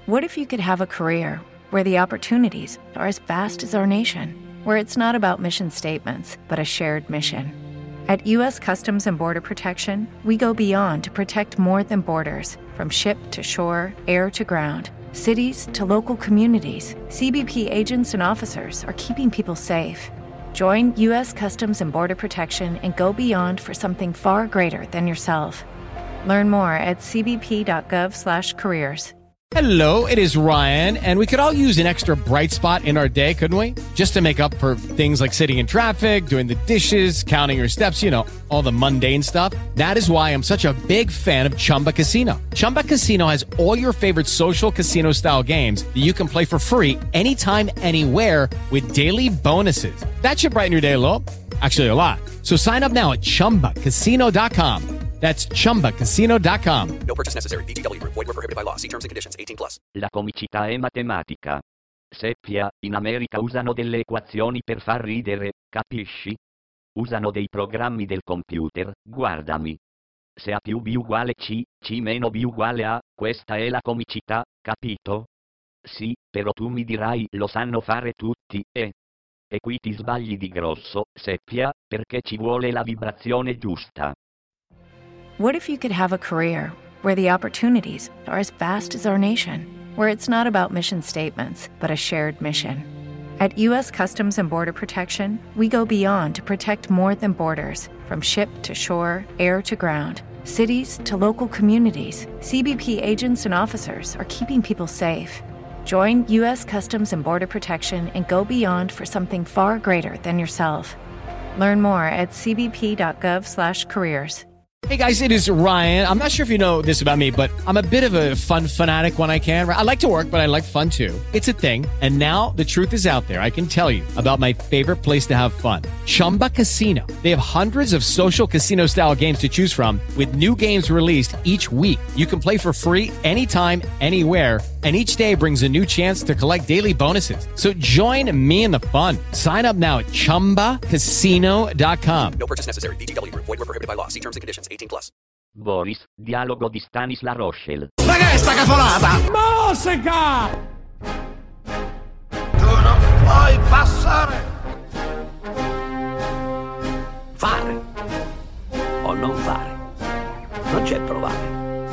What if you could have a career where the opportunities are as vast as our nation, where it's not about mission statements, but a shared mission? At U.S. Customs and Border Protection, we go beyond to protect more than borders. From ship to shore, air to ground, cities to local communities, CBP agents and officers are keeping people safe. Join U.S. Customs and Border Protection and go beyond for something far greater than yourself. Learn more at cbp.gov/careers. Hello, it is Ryan, and we could all use an extra bright spot in our day, couldn't we? Just to make up for things like sitting in traffic, doing the dishes, counting your steps, you know, all the mundane stuff. That is why I'm such a big fan of Chumba Casino. Chumba Casino has all your favorite social casino-style games that you can play for free anytime, anywhere with daily bonuses. That should brighten your day a little. Actually, a lot. So sign up now at ChumbaCasino.com. That's ChumbaCasino.com. No purchase necessary. VGW Group. Void where prohibited by law. See terms and conditions. 18+. La comicità è matematica. Seppia, in America usano delle equazioni per far ridere, capisci? Usano dei programmi del computer, guardami. Se A più B uguale C, C meno B uguale A, questa è la comicità, capito? Sì, però tu mi dirai, lo sanno fare tutti, e qui ti sbagli di grosso, seppia, perché ci vuole la vibrazione giusta. What if you could have a career where the opportunities are as vast as our nation, where it's not about mission statements, but a shared mission? At U.S. Customs and Border Protection, we go beyond to protect more than borders. From ship to shore, air to ground, cities to local communities, CBP agents and officers are keeping people safe. Join U.S. Customs and Border Protection and go beyond for something far greater than yourself. Learn more at cbp.gov/careers. Hey guys, it is Ryan. I'm not sure if you know this about me, but I'm a bit of a fun fanatic when I can. I like to work, but I like fun too. It's a thing. And now the truth is out there. I can tell you about my favorite place to have fun. Chumba Casino. They have hundreds of social casino style games to choose from with new games released each week. You can play for free anytime, anywhere. And each day brings a new chance to collect daily bonuses. So join me in the fun. Sign up now at ChumbaCasino.com. No purchase necessary. VGW Group. Void where prohibited by law. See terms and conditions. 18+. Boris, dialogo di Stanisla Rochelle. Ma che è sta cafolata? Musica! Tu non puoi passare. Fare o non fare. Non c'è provare.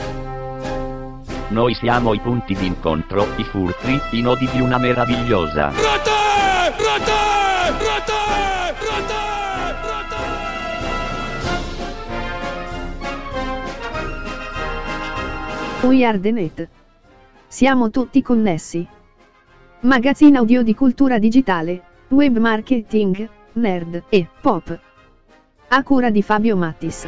Noi siamo i punti d'incontro, i fulcri, i nodi di una meravigliosa. Rate! Rate! Rate! Rate! We are the net. Siamo tutti connessi. Magazzino audio di cultura digitale, web marketing, nerd e pop. A cura di Fabio Mattis.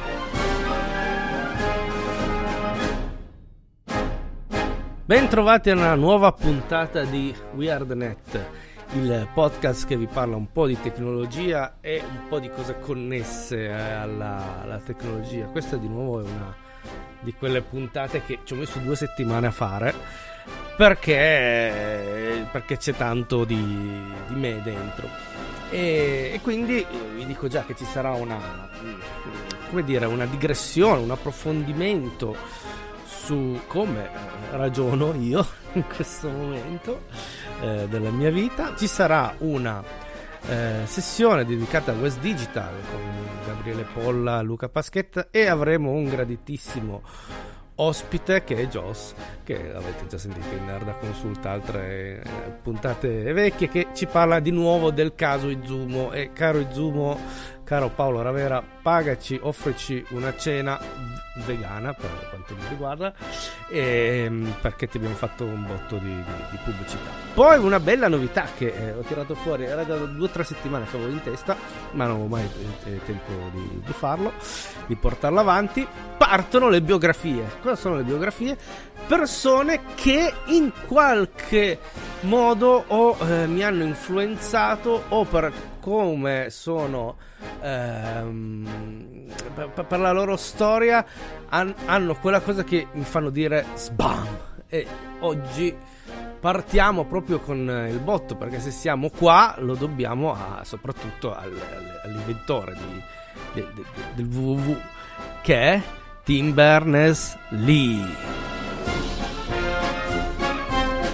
Bentrovati a una nuova puntata di We Are The Net, il podcast che vi parla un po' di tecnologia e un po' di cose connesse alla tecnologia. Questa di nuovo è una di quelle puntate che ci ho messo 2 settimane a fare perché c'è tanto di me dentro e quindi vi dico già che ci sarà una digressione, un approfondimento su come ragiono io in questo momento della mia vita. Ci sarà una sessione dedicata a West Digital con Gabriele Polla, Luca Paschetta, e avremo un graditissimo ospite che è Joss, che avete già sentito in Nerda Consulta, altre puntate vecchie, che ci parla di nuovo del caso Izumo. E caro Izumo, caro Paolo Ravera, pagaci, offrici una cena vegana per quanto mi riguarda, perché ti abbiamo fatto un botto di pubblicità. Poi una bella novità che ho tirato fuori, era da 2 o 3 settimane che avevo in testa, ma non avevo mai tempo di farlo, di portarlo avanti. Partono le biografie. Cosa sono le biografie? Persone che in qualche modo mi hanno influenzato, o per come sono per la loro storia hanno quella cosa che mi fanno dire sbam. E oggi partiamo proprio con il botto, perché se siamo qua lo dobbiamo soprattutto all'inventore del www, che è Tim Berners-Lee.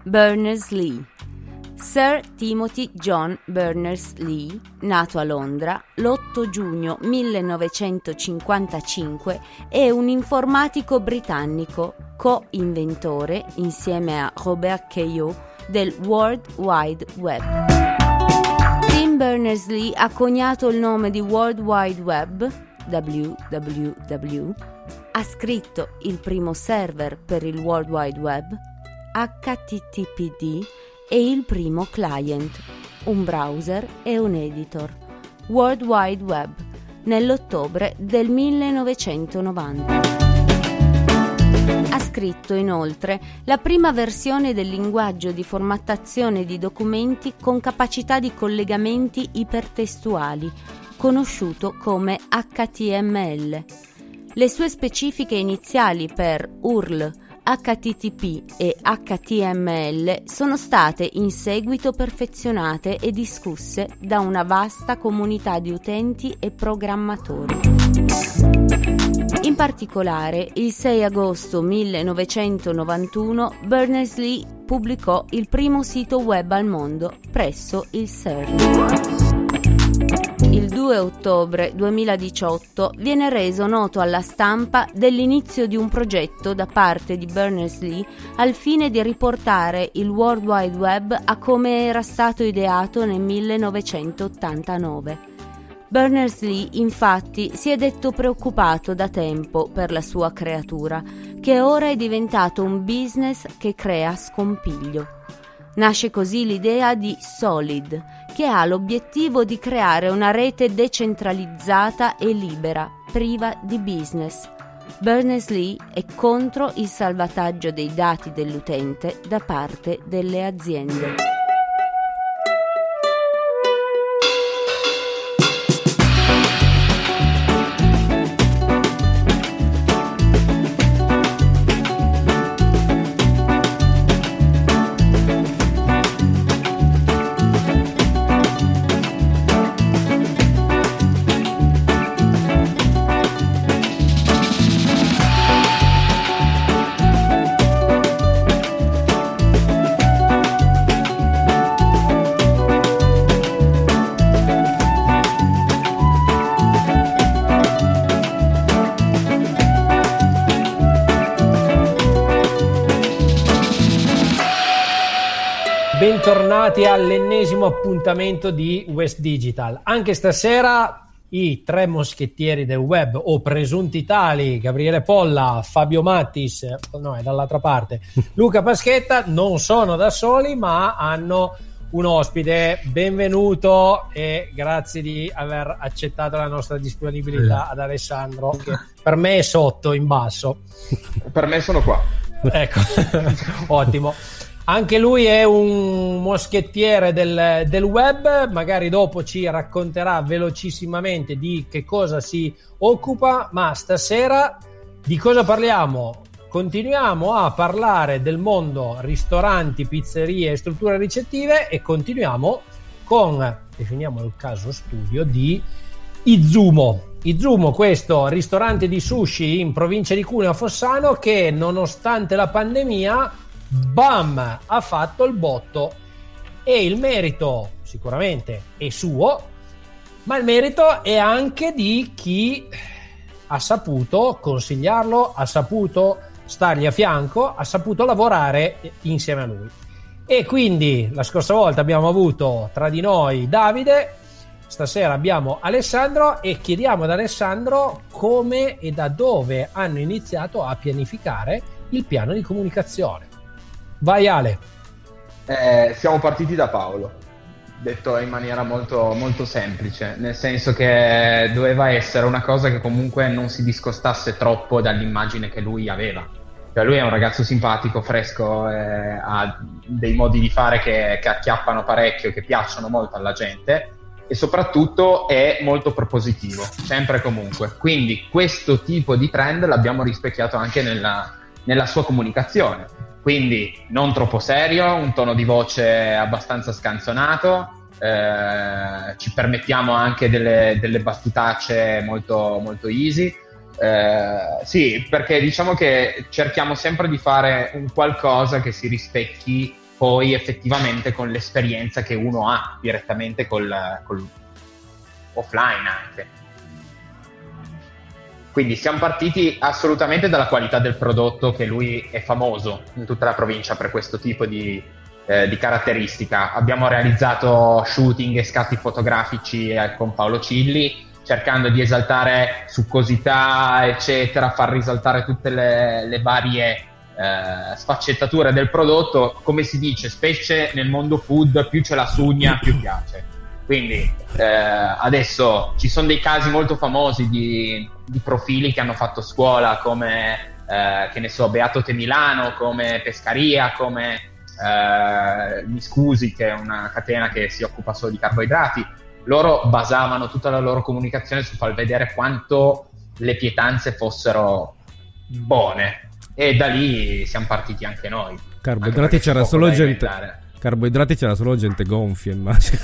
Berners-Lee. Sir Timothy John Berners-Lee, nato a Londra l'8 giugno 1955, è un informatico britannico, co-inventore, insieme a Robert Cailliau, del World Wide Web. Tim Berners-Lee ha coniato il nome di World Wide Web, WWW, ha scritto il primo server per il World Wide Web, HTTPD, e il primo client, un browser e un editor, World Wide Web, nell'ottobre del 1990. Ha scritto inoltre la prima versione del linguaggio di formattazione di documenti con capacità di collegamenti ipertestuali, conosciuto come HTML. Le sue specifiche iniziali per URL, HTTP e HTML sono state in seguito perfezionate e discusse da una vasta comunità di utenti e programmatori. In particolare, il 6 agosto 1991 Berners-Lee pubblicò il primo sito web al mondo presso il CERN. Il 2 ottobre 2018 viene reso noto alla stampa dell'inizio di un progetto da parte di Berners-Lee al fine di riportare il World Wide Web a come era stato ideato nel 1989. Berners-Lee, infatti, si è detto preoccupato da tempo per la sua creatura, che ora è diventato un business che crea scompiglio. Nasce così l'idea di Solid, che ha l'obiettivo di creare una rete decentralizzata e libera, priva di business. Berners-Lee è contro il salvataggio dei dati dell'utente da parte delle aziende. Bentornati all'ennesimo appuntamento di West Digital. Anche stasera i tre moschettieri del web, o presunti tali, Gabriele Polla, Fabio Mattis, no, è dall'altra parte, Luca Paschetta, non sono da soli ma hanno un ospite. Benvenuto e grazie di aver accettato la nostra disponibilità ad Alessandro, che per me è sotto, in basso. Per me sono qua. Ecco, ottimo. Anche lui è un moschettiere del web, magari dopo ci racconterà velocissimamente di che cosa si occupa, ma stasera di cosa parliamo? Continuiamo a parlare del mondo ristoranti, pizzerie e strutture ricettive e continuiamo con, definiamo il caso studio, di Izumo. Izumo, questo ristorante di sushi in provincia di Cuneo a Fossano che nonostante la pandemia bam, ha fatto il botto, e il merito sicuramente è suo, ma il merito è anche di chi ha saputo consigliarlo, ha saputo stargli a fianco, ha saputo lavorare insieme a lui. E quindi la scorsa volta abbiamo avuto tra di noi Davide, stasera abbiamo Alessandro e chiediamo ad Alessandro come e da dove hanno iniziato a pianificare il piano di comunicazione. Vai Ale. Siamo partiti da Paolo, detto in maniera molto, molto semplice, nel senso che doveva essere una cosa che comunque non si discostasse troppo dall'immagine che lui aveva. Cioè, lui è un ragazzo simpatico, fresco, ha dei modi di fare che acchiappano parecchio, che piacciono molto alla gente, e soprattutto è molto propositivo, sempre e comunque. Quindi questo tipo di trend l'abbiamo rispecchiato anche nella sua comunicazione. Quindi non troppo serio, un tono di voce abbastanza scanzonato, ci permettiamo anche delle battutacce molto, molto easy. Sì, perché diciamo che cerchiamo sempre di fare un qualcosa che si rispecchi poi effettivamente con l'esperienza che uno ha direttamente col offline anche. Quindi siamo partiti assolutamente dalla qualità del prodotto, che lui è famoso in tutta la provincia per questo tipo di caratteristica. Abbiamo realizzato shooting e scatti fotografici con Paolo Cilli, cercando di esaltare succosità, eccetera, far risaltare tutte le varie sfaccettature del prodotto. Come si dice, specie nel mondo food, più c'è la sugna, più piace. Quindi adesso ci sono dei casi molto famosi di profili che hanno fatto scuola, come che ne so, Beato Te Milano, come Pescaria, come Mi Scusi, che è una catena che si occupa solo di carboidrati. Loro basavano tutta la loro comunicazione su far vedere quanto le pietanze fossero buone, e da lì siamo partiti anche noi. Carboidrati c'era solo gente gonfia, immagino.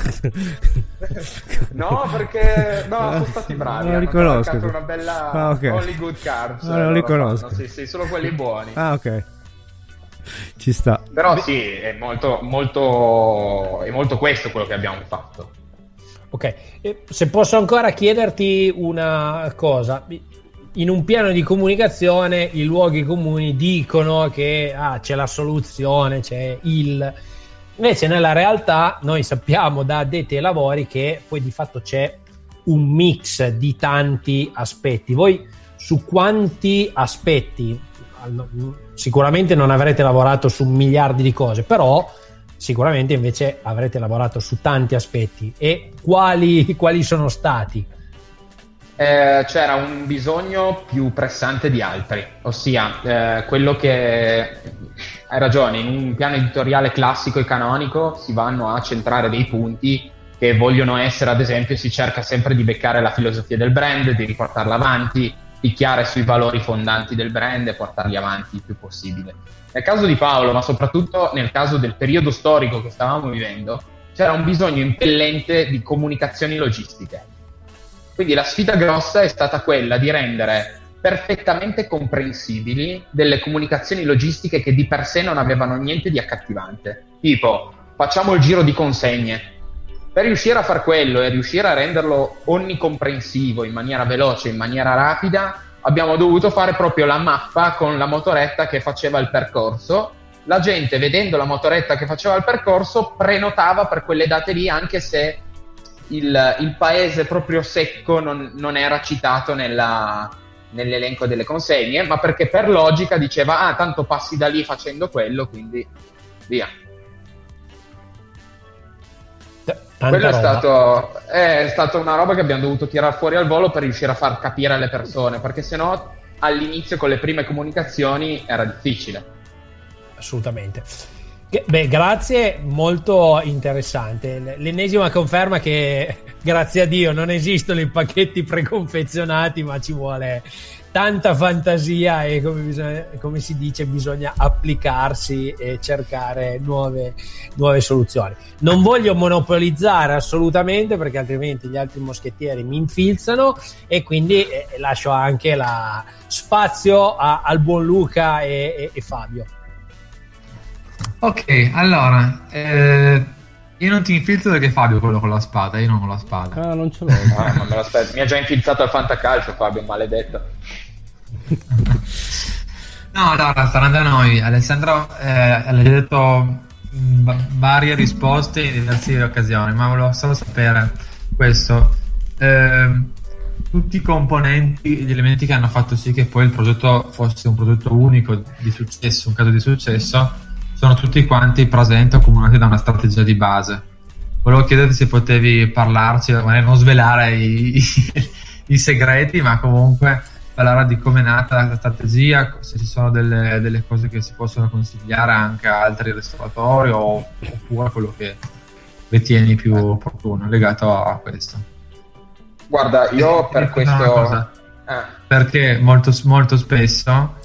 No, perché sono stati bravi. Non li conosco. Una bella Only Good Carbs. Non li conosco. Sì, solo quelli buoni. Ah, ok. Ci sta. Però sì, è molto questo quello che abbiamo fatto. Ok, se posso ancora chiederti una cosa. In un piano di comunicazione i luoghi comuni dicono che c'è la soluzione, c'è invece nella realtà noi sappiamo da addetti ai lavori che poi di fatto c'è un mix di tanti aspetti. Voi su quanti aspetti? Sicuramente non avrete lavorato su miliardi di cose, però sicuramente invece avrete lavorato su tanti aspetti. E quali sono stati? C'era un bisogno più pressante di altri, ossia quello che, hai ragione, in un piano editoriale classico e canonico si vanno a centrare dei punti che vogliono essere, ad esempio, si cerca sempre di beccare la filosofia del brand, di riportarla avanti, picchiare sui valori fondanti del brand e portarli avanti il più possibile. Nel caso di Paolo, ma soprattutto nel caso del periodo storico che stavamo vivendo, c'era un bisogno impellente di comunicazioni logistiche. Quindi la sfida grossa è stata quella di rendere perfettamente comprensibili delle comunicazioni logistiche che di per sé non avevano niente di accattivante. Tipo, facciamo il giro di consegne. Per riuscire a far quello e riuscire a renderlo onnicomprensivo in maniera veloce, in maniera rapida, abbiamo dovuto fare proprio la mappa con la motoretta che faceva il percorso. La gente, vedendo la motoretta che faceva il percorso, prenotava per quelle date lì, anche se il paese proprio secco non era citato nell'elenco delle consegne, ma perché per logica diceva tanto passi da lì facendo quello, quindi via. Quello è stato una roba che abbiamo dovuto tirare fuori al volo per riuscire a far capire alle persone, perché sennò all'inizio con le prime comunicazioni era difficile. Assolutamente. Beh, grazie, molto interessante. L'ennesima conferma che, grazie a Dio, non esistono i pacchetti preconfezionati, ma ci vuole tanta fantasia e, come si dice, bisogna applicarsi e cercare nuove soluzioni. Non voglio monopolizzare assolutamente, perché altrimenti gli altri moschettieri mi infilzano, e quindi lascio anche spazio al buon Luca e Fabio. Ok, allora io non ti infilzo perché Fabio è quello con la spada, io non ho la spada. Non ce l'ho. Ma me l'aspetto. Mi ha già infilzato al fantacalcio Fabio, maledetto. No, allora, tornando a noi, Alessandro ha detto varie risposte in diverse occasioni, ma volevo solo sapere questo. Tutti i componenti, gli elementi che hanno fatto sì che poi il progetto fosse un prodotto unico di successo, un caso di successo, sono tutti quanti presenti o comunati da una strategia di base. Volevo chiederti se potevi parlarci, magari non svelare i segreti, ma comunque parlare di come è nata la strategia, se ci sono delle cose che si possono consigliare anche a altri ristoratori, oppure quello che ritieni più opportuno legato a questo. Guarda, io per questo perché molto spesso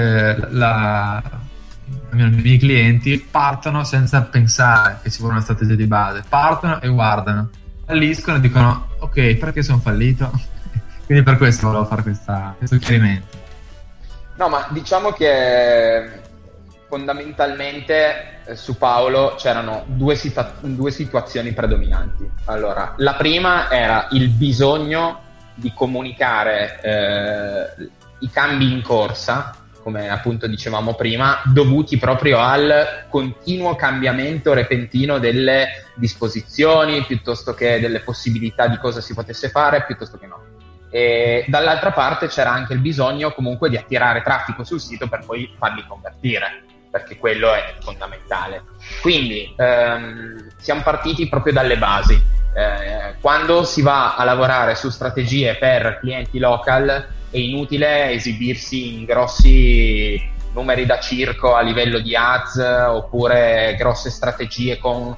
i miei clienti partono senza pensare che ci vuole una strategia di base, partono e guardano, falliscono e dicono ok, perché sono fallito? Quindi per questo volevo fare questo chiarimento. No, ma diciamo che fondamentalmente su Paolo c'erano due situazioni predominanti. Allora, la prima era il bisogno di comunicare i cambi in corsa, come appunto dicevamo prima, dovuti proprio al continuo cambiamento repentino delle disposizioni, piuttosto che delle possibilità di cosa si potesse fare, piuttosto che no. E dall'altra parte c'era anche il bisogno comunque di attirare traffico sul sito per poi farli convertire, perché quello è fondamentale. Quindi siamo partiti proprio dalle basi. Quando si va a lavorare su strategie per clienti local è inutile esibirsi in grossi numeri da circo a livello di ads oppure grosse strategie con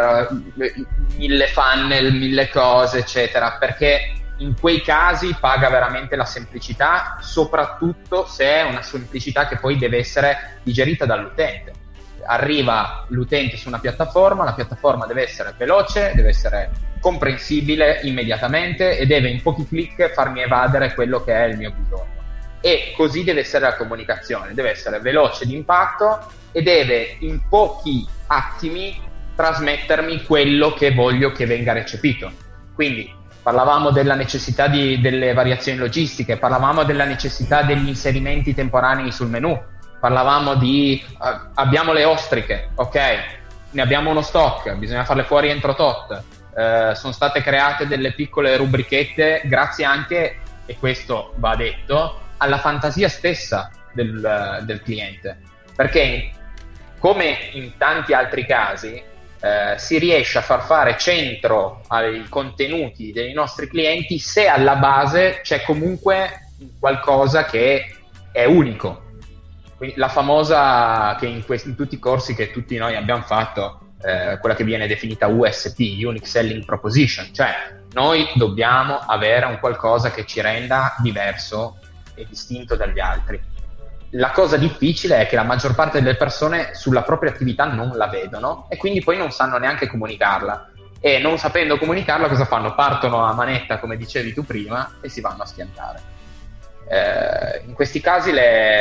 1000 funnel, 1000 cose eccetera, perché in quei casi paga veramente la semplicità, soprattutto se è una semplicità che poi deve essere digerita dall'utente. Arriva l'utente su una piattaforma, la piattaforma deve essere veloce, deve essere comprensibile immediatamente e deve in pochi click farmi evadere quello che è il mio bisogno. E così deve essere la comunicazione, deve essere veloce d'impatto e deve in pochi attimi trasmettermi quello che voglio che venga recepito. Quindi parlavamo della necessità delle variazioni logistiche, parlavamo della necessità degli inserimenti temporanei sul menu, parlavamo di abbiamo le ostriche, ok, ne abbiamo uno stock, bisogna farle fuori entro tot. Sono state create delle piccole rubrichette grazie anche, e questo va detto, alla fantasia stessa del cliente, perché come in tanti altri casi si riesce a far fare centro ai contenuti dei nostri clienti se alla base c'è comunque qualcosa che è unico. Quindi la famosa, che in tutti i corsi che tutti noi abbiamo fatto, quella che viene definita USP, Unique Selling Proposition, cioè noi dobbiamo avere un qualcosa che ci renda diverso e distinto dagli altri. La cosa difficile è che la maggior parte delle persone sulla propria attività non la vedono e quindi poi non sanno neanche comunicarla, e non sapendo comunicarla cosa fanno? Partono a manetta, come dicevi tu prima, e si vanno a schiantare. In questi casi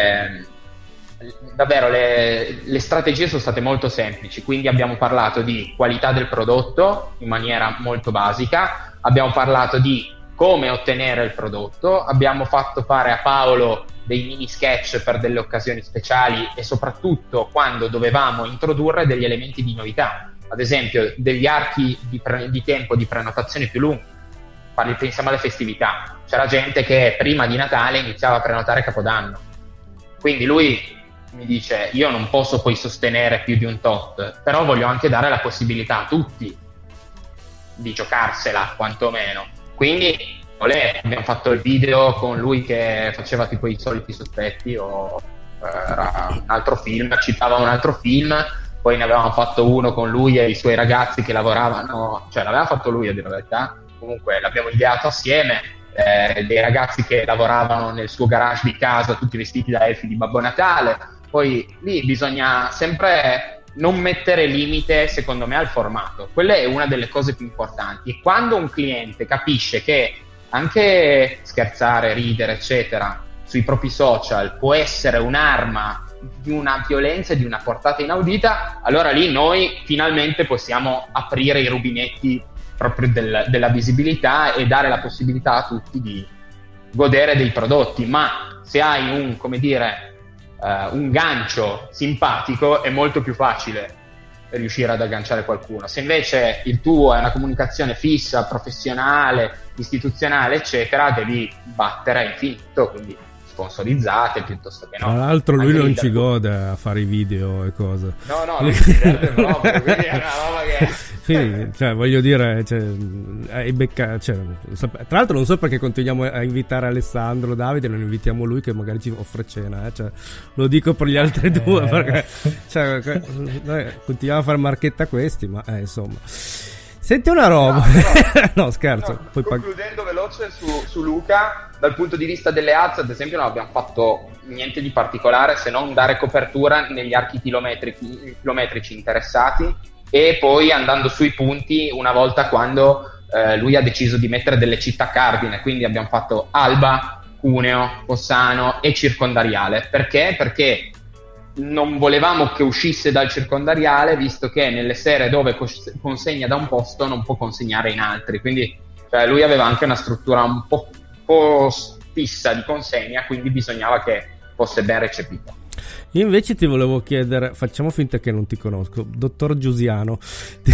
davvero le strategie sono state molto semplici, quindi abbiamo parlato di qualità del prodotto in maniera molto basica, abbiamo parlato di come ottenere il prodotto, abbiamo fatto fare a Paolo dei mini sketch per delle occasioni speciali e soprattutto quando dovevamo introdurre degli elementi di novità, ad esempio degli archi di tempo di prenotazione più lunghi. Pensiamo alle festività, c'era gente che prima di Natale iniziava a prenotare Capodanno, quindi lui mi dice io non posso poi sostenere più di un tot, però voglio anche dare la possibilità a tutti di giocarsela quantomeno. Quindi abbiamo fatto il video con lui che faceva tipo i soliti sospetti o era un altro film, citava un altro film, poi ne avevamo fatto uno con lui e i suoi ragazzi che lavoravano, cioè l'aveva fatto lui a dire la verità, comunque l'abbiamo ideato assieme, dei ragazzi che lavoravano nel suo garage di casa tutti vestiti da elfi di Babbo Natale. Poi lì bisogna sempre non mettere limite, secondo me, al formato. Quella è una delle cose più importanti. E quando un cliente capisce che anche scherzare, ridere, eccetera, sui propri social può essere un'arma di una violenza e di una portata inaudita, allora lì noi finalmente possiamo aprire i rubinetti proprio della visibilità e dare la possibilità a tutti di godere dei prodotti. Ma se hai un gancio simpatico è molto più facile riuscire ad agganciare qualcuno. Se invece il tuo è una comunicazione fissa, professionale, istituzionale, eccetera, devi battere a infinito, quindi sponsorizzate piuttosto che no. Tra l'altro lui anche non ci gode a fare i video e cose. No, non si diverte proprio, quindi è una roba che... Sì, cioè voglio dire, tra l'altro non so perché continuiamo a invitare Alessandro, Davide, non invitiamo lui che magari ci offre cena, cioè, lo dico per gli altri due perché noi continuiamo a fare marchetta a questi, ma insomma. Senti una roba, no scherzo. Poi concludendo veloce su Luca, dal punto di vista delle ads, ad esempio, non abbiamo fatto niente di particolare se non dare copertura negli archi chilometrici interessati e poi andando sui punti una volta quando lui ha deciso di mettere delle città cardine, quindi abbiamo fatto Alba, Cuneo, Fossano e Circondariale. Perché? Perché non volevamo che uscisse dal circondariale, visto che nelle sere dove consegna da un posto non può consegnare in altri, quindi cioè, lui aveva anche una struttura un po' fissa di consegna, quindi bisognava che fosse ben recepita. Io invece ti volevo chiedere, facciamo finta che non ti conosco, dottor Giusiano, ti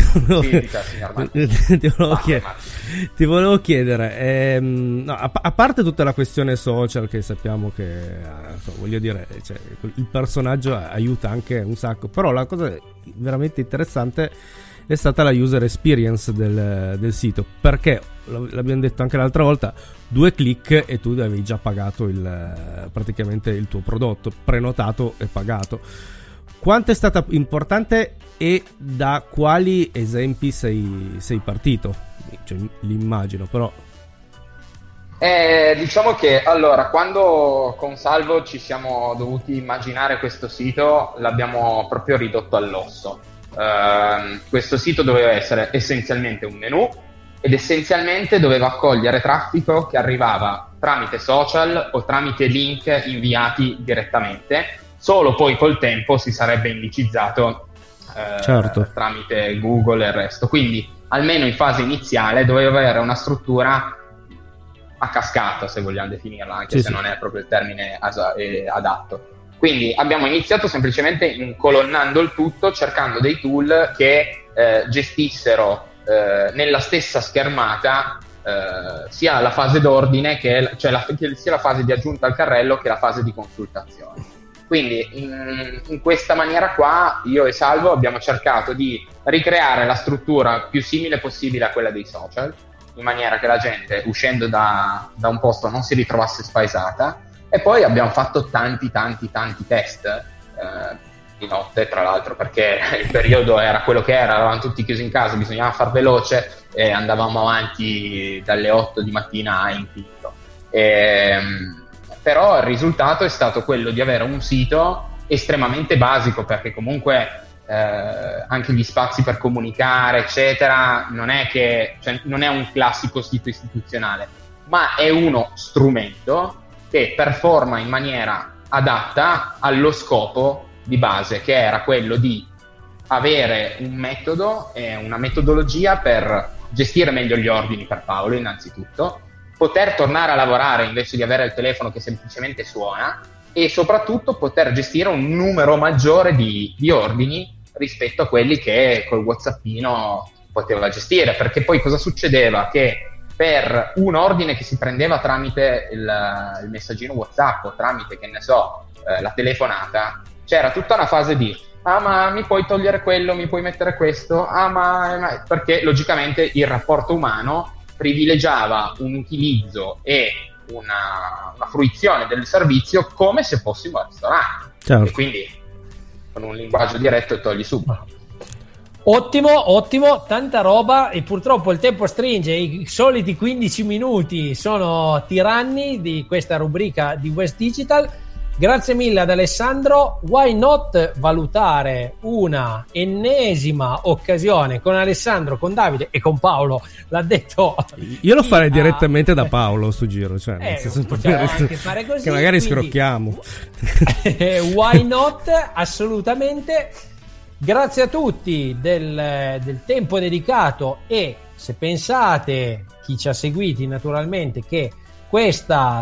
volevo chiedere, no, a parte tutta la questione social, che sappiamo che, voglio dire, cioè, il personaggio aiuta anche un sacco, però la cosa veramente interessante è stata la user experience del sito, perché l'abbiamo detto anche l'altra volta, 2 click e tu avevi già pagato praticamente il tuo prodotto, prenotato e pagato. Quanto è stata importante e da quali esempi sei partito? Cioè, l'immagino, però. Diciamo che allora, quando con Salvo ci siamo dovuti immaginare questo sito, l'abbiamo proprio ridotto all'osso. Questo sito doveva essere essenzialmente un menu ed essenzialmente doveva accogliere traffico che arrivava tramite social o tramite link inviati direttamente, solo poi col tempo si sarebbe indicizzato certo, tramite Google e il resto. Quindi almeno in fase iniziale doveva avere una struttura a cascata, se vogliamo definirla, anche se non è proprio il termine adatto. Quindi abbiamo iniziato semplicemente incolonnando il tutto, cercando dei tool che gestissero nella stessa schermata sia la fase d'ordine che sia la fase di aggiunta al carrello che la fase di consultazione. Quindi in questa maniera qua io e Salvo abbiamo cercato di ricreare la struttura più simile possibile a quella dei social, in maniera che la gente uscendo da un posto non si ritrovasse spaesata. E poi abbiamo fatto tanti test di notte, tra l'altro, perché il periodo era quello che era, eravamo tutti chiusi in casa, bisognava far veloce e andavamo avanti dalle 8 di mattina a infinito. Però il risultato è stato quello di avere un sito estremamente basico, perché comunque anche gli spazi per comunicare eccetera non è un classico sito istituzionale, ma è uno strumento che performa in maniera adatta allo scopo di base, che era quello di avere un metodo e una metodologia per gestire meglio gli ordini per Paolo innanzitutto, poter tornare a lavorare invece di avere il telefono che semplicemente suona, e soprattutto poter gestire un numero maggiore di ordini rispetto a quelli che col WhatsAppino poteva gestire. Perché poi cosa succedeva? Che per un ordine che si prendeva tramite il messaggino WhatsApp o tramite, che ne so, la telefonata, c'era tutta una fase di ma mi puoi togliere quello, mi puoi mettere questo, ma perché logicamente il rapporto umano privilegiava un utilizzo e una fruizione del servizio come se fossimo al ristorante. Certo. E quindi con un linguaggio diretto togli subito. Ottimo, tanta roba, e purtroppo il tempo stringe, i soliti 15 minuti sono tiranni di questa rubrica di West Digital. Grazie mille ad Alessandro. Why not valutare una ennesima occasione con Alessandro, con Davide e con Paolo? L'ha detto. Io lo farei direttamente da Paolo sto giro, cioè nel senso anche fare così, che magari quindi, scrocchiamo. Why not? Assolutamente. Grazie a tutti del tempo dedicato, e se pensate, chi ci ha seguiti naturalmente, che questa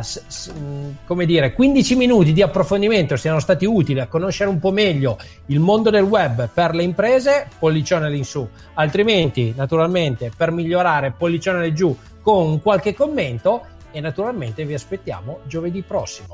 15 minuti di approfondimento siano stati utili a conoscere un po' meglio il mondo del web per le imprese, pollicione all'insù, altrimenti naturalmente per migliorare pollicione all'giù con qualche commento, e naturalmente vi aspettiamo giovedì prossimo.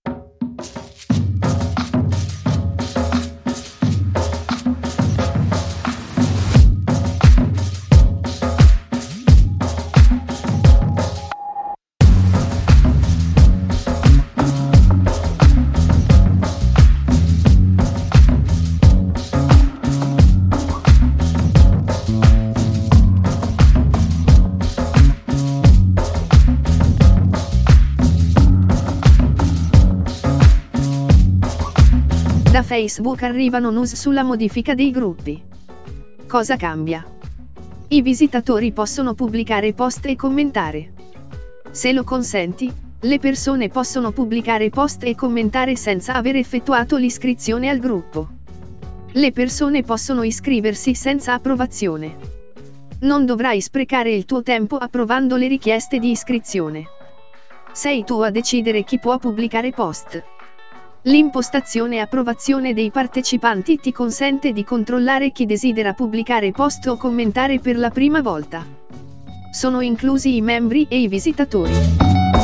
Da Facebook arrivano news sulla modifica dei gruppi. Cosa cambia? I visitatori possono pubblicare post e commentare. Se lo consenti, Le persone possono pubblicare post e commentare senza aver effettuato l'iscrizione al gruppo. Le persone possono iscriversi senza approvazione. Non dovrai sprecare il tuo tempo approvando le richieste di iscrizione. Sei tu a decidere chi può pubblicare post. L'impostazione approvazione dei partecipanti ti consente di controllare chi desidera pubblicare post o commentare per la prima volta. Sono inclusi i membri e i visitatori.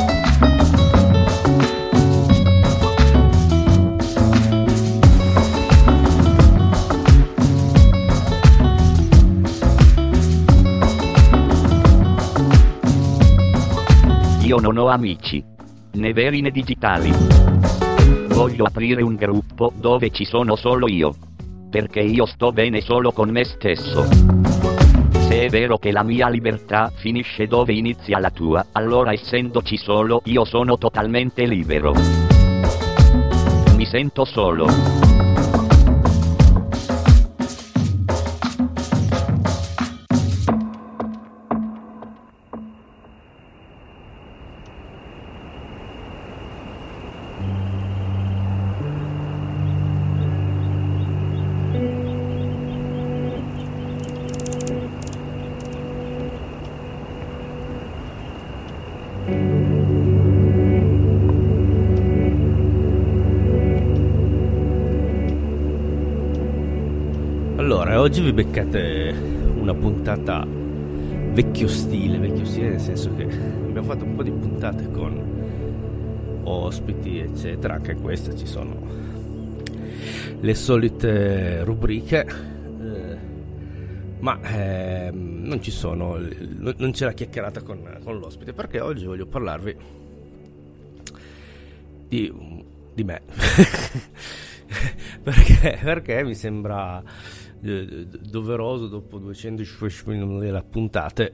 Io non ho amici, né veri né digitali. Voglio aprire un gruppo dove ci sono solo io. Perché io sto bene solo con me stesso. Se è vero che la mia libertà finisce dove inizia la tua, allora essendoci solo io sono totalmente libero. Mi sento solo. Allora, oggi vi beccate una puntata vecchio stile nel senso che abbiamo fatto un po' di puntate con ospiti eccetera, anche in questa ci sono le solite rubriche, ma non ci sono, non c'è la chiacchierata con l'ospite, perché oggi voglio parlarvi di me. perché mi sembra doveroso, dopo 250 minuti della puntate,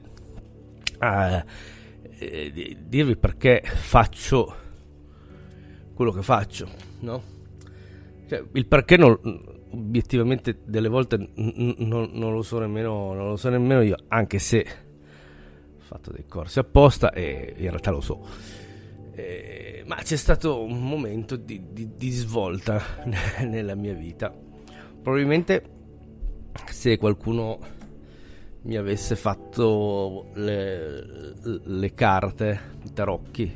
dirvi perché faccio quello che faccio, no? Cioè, il perché obiettivamente delle volte non lo so nemmeno io, anche se ho fatto dei corsi apposta e in realtà lo so. Ma c'è stato un momento di svolta nella mia vita. Probabilmente se qualcuno mi avesse fatto le carte, i tarocchi,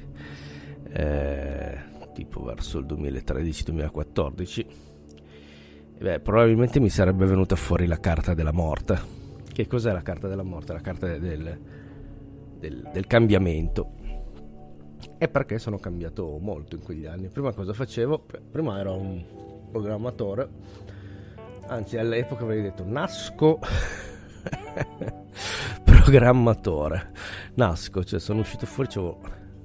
tipo verso il 2013-2014, probabilmente mi sarebbe venuta fuori la carta della morte. Che cos'è la carta della morte? La carta del cambiamento. E perché sono cambiato molto in quegli anni. Prima cosa facevo? Prima ero un programmatore, anzi all'epoca avrei detto nasco programmatore, cioè sono uscito fuori, c'avevo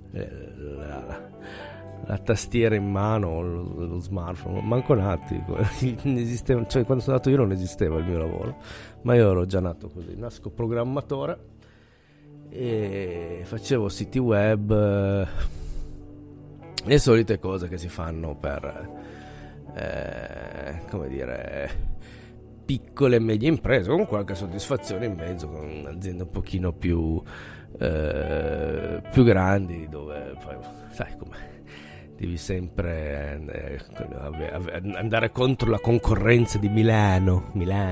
la tastiera in mano, lo smartphone, manco nati, non esisteva, cioè quando sono nato io non esisteva il mio lavoro, ma io ero già nato così, nasco programmatore. E facevo siti web, le solite cose che si fanno per come dire, piccole e medie imprese, con qualche soddisfazione in mezzo, con aziende un pochino più grandi, dove poi sai come devi sempre andare contro la concorrenza di Milano.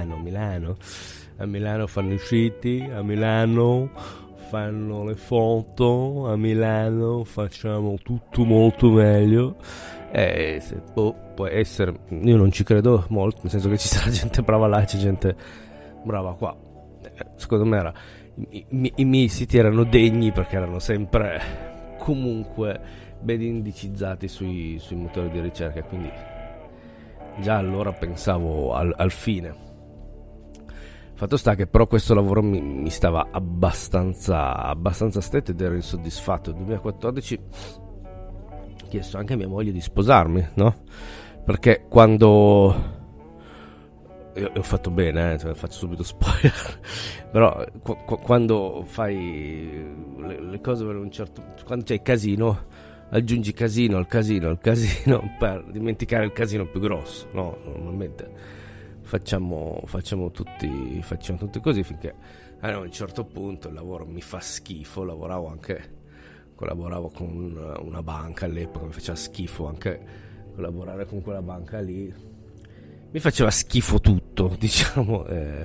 A Milano fanno i siti, a Milano fanno le foto, a Milano facciamo tutto molto meglio. Può essere, io non ci credo molto, nel senso che ci sarà gente brava là e c'è gente brava qua. Secondo me i miei siti erano degni perché erano sempre comunque ben indicizzati sui motori di ricerca, quindi già allora pensavo al fine. Fatto sta che però questo lavoro mi stava abbastanza stretto ed ero insoddisfatto. Nel 2014 ho chiesto anche a mia moglie di sposarmi, no? Perché quando ho fatto bene, cioè faccio subito spoiler, però quando fai le cose per un certo, quando c'è casino, aggiungi casino al casino per dimenticare il casino più grosso, no? Normalmente facciamo tutti così, finché a un certo punto il lavoro mi fa schifo. Lavoravo anche collaboravo con una banca all'epoca, mi faceva schifo anche collaborare con quella banca lì, mi faceva schifo tutto, diciamo,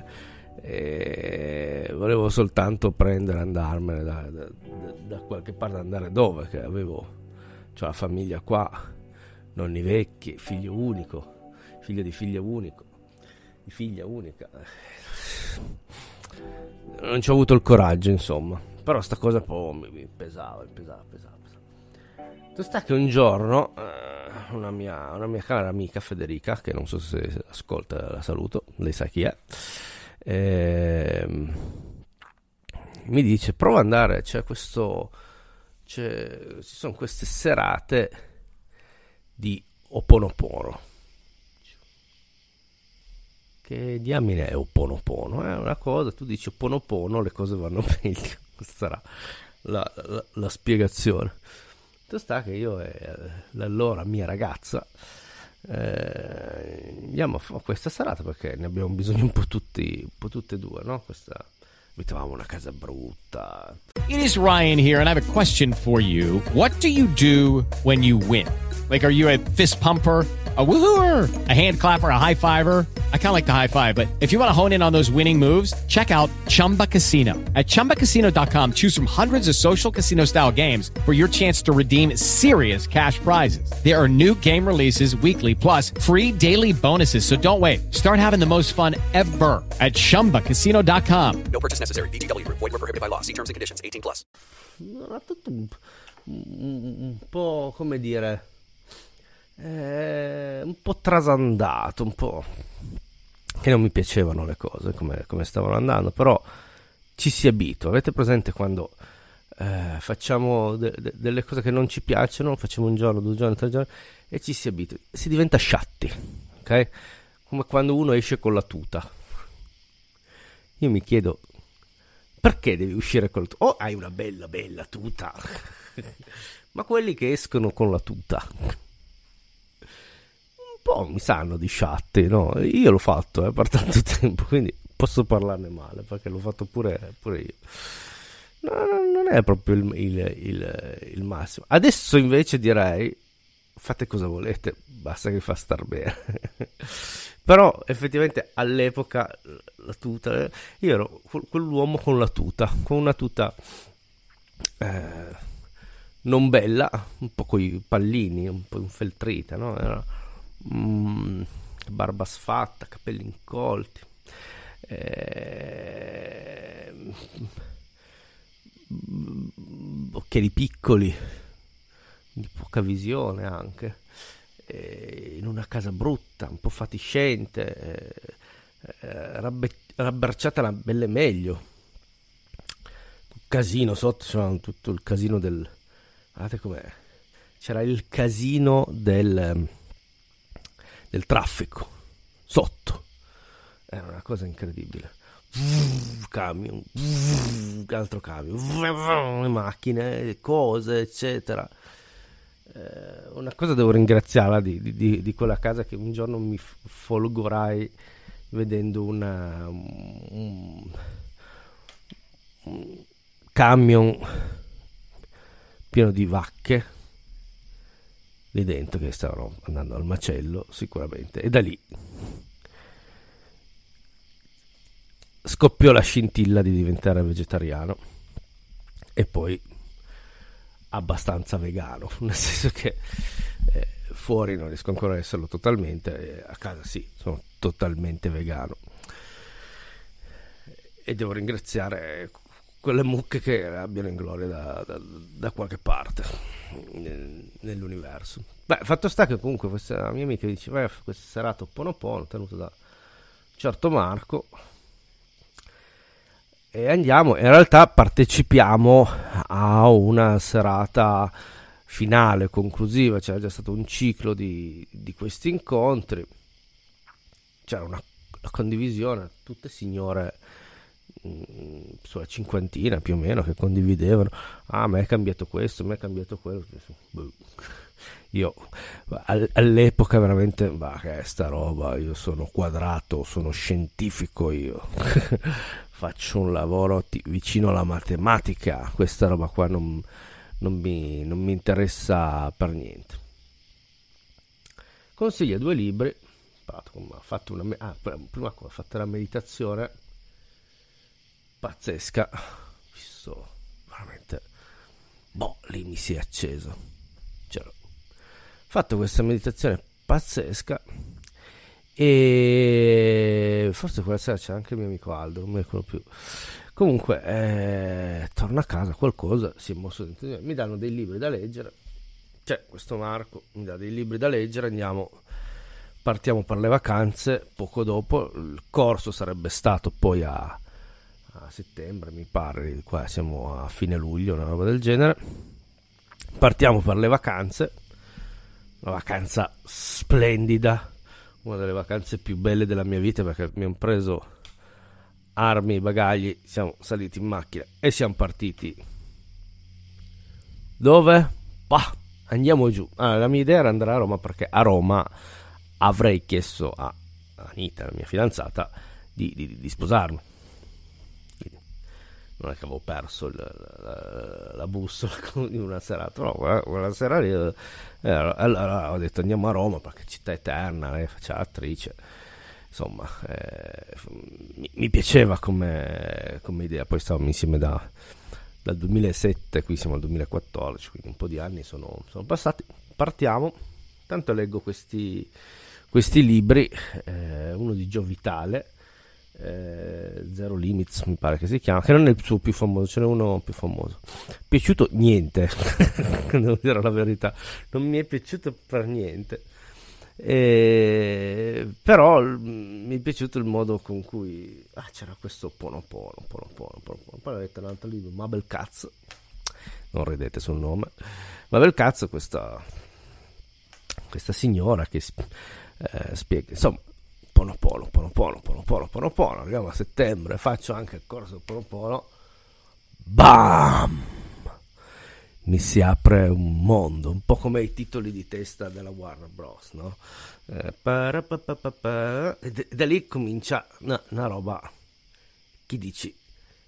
volevo soltanto andarmene da qualche parte, andare dove, che avevo, cioè la famiglia qua, nonni vecchi, figlio di figlia unica, non ci ho avuto il coraggio, insomma, però sta cosa mi pesava. Sta che un giorno una mia cara amica Federica, che non so se ascolta, la saluto, lei sa chi è, mi dice: prova ad andare, ci sono queste serate di Ho'oponopono. Che diamine è Ho'oponopono? È una cosa, tu dici Ho'oponopono, le cose vanno meglio. Questa sarà la spiegazione. Tutto sta che io e l'allora mia ragazza andiamo a questa serata perché ne abbiamo bisogno un po' tutte e due, no? Abitavamo una casa brutta. It is Ryan here, and I have a question for you. What do you do when you win? Like, are you a fist pumper, a woohooer, a hand clapper, a high fiver? I kind of like the high five, but if you want to hone in on those winning moves, check out Chumba Casino. At ChumbaCasino.com, choose from hundreds of social casino-style games for your chance to redeem serious cash prizes. There are new game releases weekly, plus free daily bonuses, so don't wait. Start having the most fun ever at ChumbaCasino.com. No purchase necessary. VGW Group. Void where prohibited by law. See terms and conditions. 18+. Era tutto un po', come dire, un po' trasandato, un po' che non mi piacevano le cose come stavano andando, però ci si abitua. Avete presente quando facciamo delle cose che non ci piacciono, facciamo un giorno, 2 giorni, 3 giorni e ci si abitua, si diventa sciatti, ok? Come quando uno esce con la tuta. Io mi chiedo, perché devi uscire con la tuta? Oh, hai una bella tuta. Ma quelli che escono con la tuta un po' mi sanno di sciatti, no? Io l'ho fatto per tanto tempo, quindi posso parlarne male perché l'ho fatto pure io. No, non è proprio il massimo. Adesso invece direi: fate cosa volete, basta che fa star bene. Però effettivamente all'epoca la tuta, io ero quell'uomo con la tuta, con una tuta non bella, un po' con i pallini, un po' infeltrita, no? Era barba sfatta, capelli incolti, occhiali piccoli, di poca visione anche, in una casa brutta, un po' fatiscente, rabberciata la belle meglio, casino sotto, c'era tutto il casino guardate com'è, c'era il casino del traffico sotto, era una cosa incredibile. Camion, altro camion, macchine, cose, eccetera. Una cosa devo ringraziarla di quella casa, che un giorno mi folgorai vedendo un camion pieno di vacche lì dentro che stavano andando al macello sicuramente, e da lì scoppiò la scintilla di diventare vegetariano e poi abbastanza vegano, nel senso che fuori non riesco ancora ad esserlo totalmente, a casa sì, sono totalmente vegano, e devo ringraziare quelle mucche che abbiano in gloria da qualche parte nell'universo. Beh, fatto sta che comunque questa mia amica diceva questa serata Ho'oponopono tenuta da certo Marco, e andiamo, in realtà partecipiamo a una serata finale, conclusiva. C'era già stato un ciclo di questi incontri, c'era una condivisione, tutte signore sulla cinquantina più o meno, che condividevano: a me è cambiato questo, a me è cambiato quello. Io all'epoca veramente, che è sta roba, io sono quadrato, sono scientifico, io faccio un lavoro vicino alla matematica, questa roba qua non non mi interessa per niente. Consiglia 2 libri. Ha fatto prima cosa, ha fatto una meditazione pazzesca, visto veramente, lì mi si è acceso, ho fatto questa meditazione pazzesca e forse quella sera c'era anche il mio amico Aldo, non mi ricordo più. Comunque torno a casa, qualcosa si è mosso dentro di me, mi danno dei libri da leggere, questo Marco mi dà dei libri da leggere, partiamo per le vacanze. Poco dopo il corso sarebbe stato poi a settembre, mi pare, qua siamo a fine luglio, una roba del genere. Partiamo per le vacanze, una vacanza splendida, una delle vacanze più belle della mia vita, perché mi hanno preso armi, bagagli, siamo saliti in macchina e siamo partiti. Dove? Andiamo giù. La mia idea era andare a Roma, perché a Roma avrei chiesto a Anita, la mia fidanzata, di sposarmi. Quindi non è che avevo perso la bussola di una serata, no, quella sera lì, allora ho detto andiamo a Roma perché città eterna, lei faceva attrice, insomma, mi piaceva come idea. Poi stavamo insieme dal 2007, qui siamo al 2014, quindi un po' di anni sono passati. Partiamo, tanto leggo questi libri, uno di Gio Vitale, Zero Limits mi pare che si chiama, che non è il suo più famoso, ce n'è uno più famoso. Piaciuto niente, devo dire la verità, non mi è piaciuto per niente, però mi è piaciuto il modo con cui c'era questo Pono. Poi ho letto un altro libro, Mabel Katz, non ridete sul nome. Mabel Katz, questa signora che spiega, insomma, Pono, arriviamo a settembre, faccio anche il corso Pono, bam, mi si apre un mondo, un po' come i titoli di testa della Warner Bros, no? E da lì comincia una roba che dici,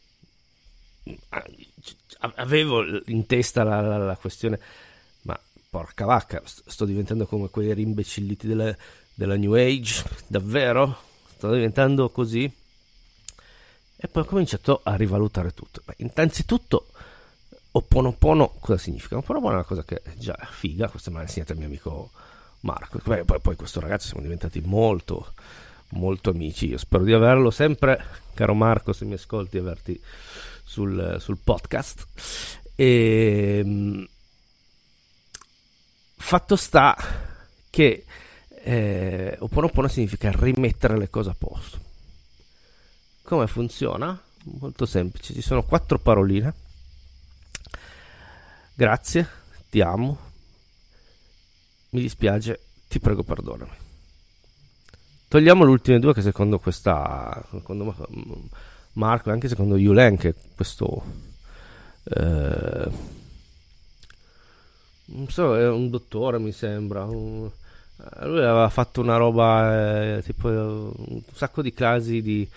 avevo in testa la questione, ma porca vacca, sto diventando come quei rimbecilliti della New Age, davvero? Sto diventando così? E poi ho cominciato a rivalutare tutto. Innanzitutto, Oponopono cosa significa? Oponopono è una cosa che è già figa, questo me l'ha insegnato il mio amico Marco. Poi questo ragazzo siamo diventati molto, molto amici. Io spero di averlo sempre, caro Marco, se mi ascolti, averti sul podcast. E fatto sta che Oponopono significa rimettere le cose a posto. Come funziona? Molto semplice, ci sono 4 paroline: grazie, ti amo, mi dispiace, ti prego perdonami. Togliamo le ultime 2, che secondo Marco e anche secondo Yulen, che questo non so, è un dottore, mi sembra, lui aveva fatto una roba tipo un sacco di casi di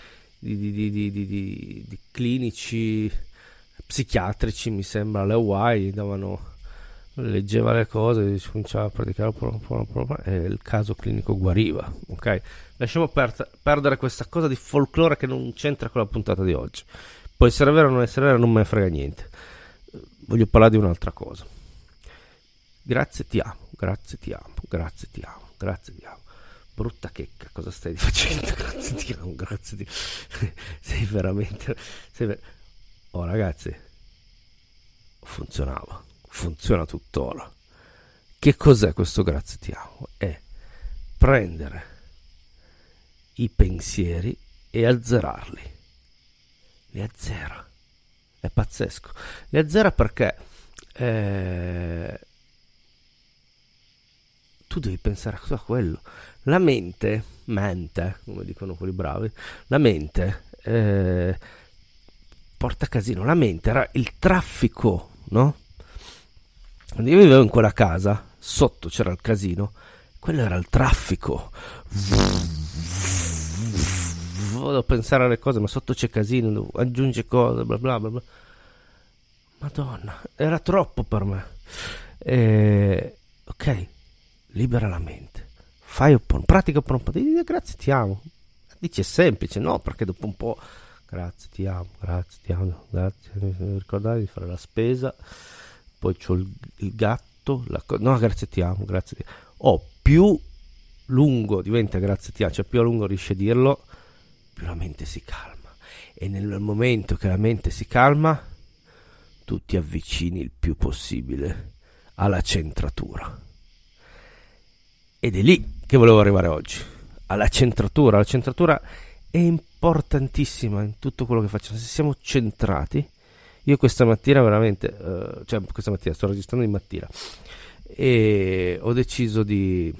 clinici psichiatrici, mi sembra, alle Hawaii, leggeva le cose, cominciava a praticare e il caso clinico guariva. Ok, lasciamo perdere questa cosa di folklore che non c'entra con la puntata di oggi. Può essere vero o non essere vero, non me ne frega niente. Voglio parlare di un'altra cosa. Grazie, ti amo, grazie, ti amo, grazie, ti amo, grazie, ti amo. Brutta checca, cosa stai facendo? Grazie, ti amo, grazie, ti amo. Sei veramente... Oh ragazzi, funziona tuttora. Che cos'è questo grazie ti amo? È prendere i pensieri e azzerarli. Li azzera. È pazzesco. Li azzera perché tu devi pensare a quello. La mente, come dicono quelli bravi, la mente porta casino. La mente era il traffico, no? Quando io vivevo in quella casa, sotto c'era il casino, quello era il traffico. Vado a pensare alle cose, ma sotto c'è casino, aggiunge cose, bla bla bla bla. Madonna, era troppo per me. Ok, libera la mente, fai pratica Ho'oponopono, dici grazie, ti amo. Dici è semplice, no? Perché dopo un po', grazie, ti amo, grazie, ricordare di fare la spesa, poi c'ho il gatto, no, grazie, ti amo, grazie, ti amo. Più lungo diventa grazie, ti amo, cioè più a lungo riesci a dirlo, più la mente si calma. E nel momento che la mente si calma, tu ti avvicini il più possibile alla centratura. Ed è lì che volevo arrivare oggi, alla centratura. La centratura è importantissima in tutto quello che facciamo. Se siamo centrati, io questa mattina veramente, questa mattina sto registrando di mattina e ho deciso di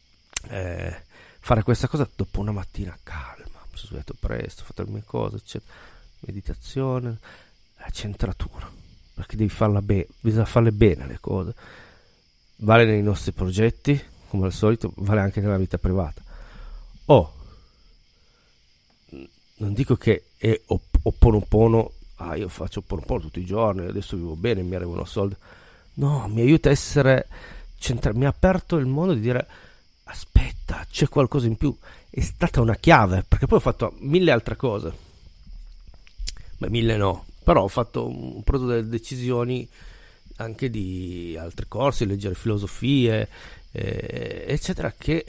fare questa cosa dopo una mattina calma. Mi sono svegliato presto, ho fatto le mie cose, eccetera. Meditazione, la centratura, perché devi farla bene, bisogna farle bene le cose. Vale nei nostri progetti, come al solito, vale anche nella vita privata. Non dico che è Ho'oponopono, io faccio Ho'oponopono tutti i giorni, adesso vivo bene, mi arrivano soldi. No, mi aiuta a essere centrato, mi ha aperto il mondo di dire aspetta, c'è qualcosa in più. È stata una chiave, perché poi ho fatto 1000 altre cose. Beh, 1000 no, però ho preso delle decisioni anche di altri corsi, leggere filosofie, eccetera, che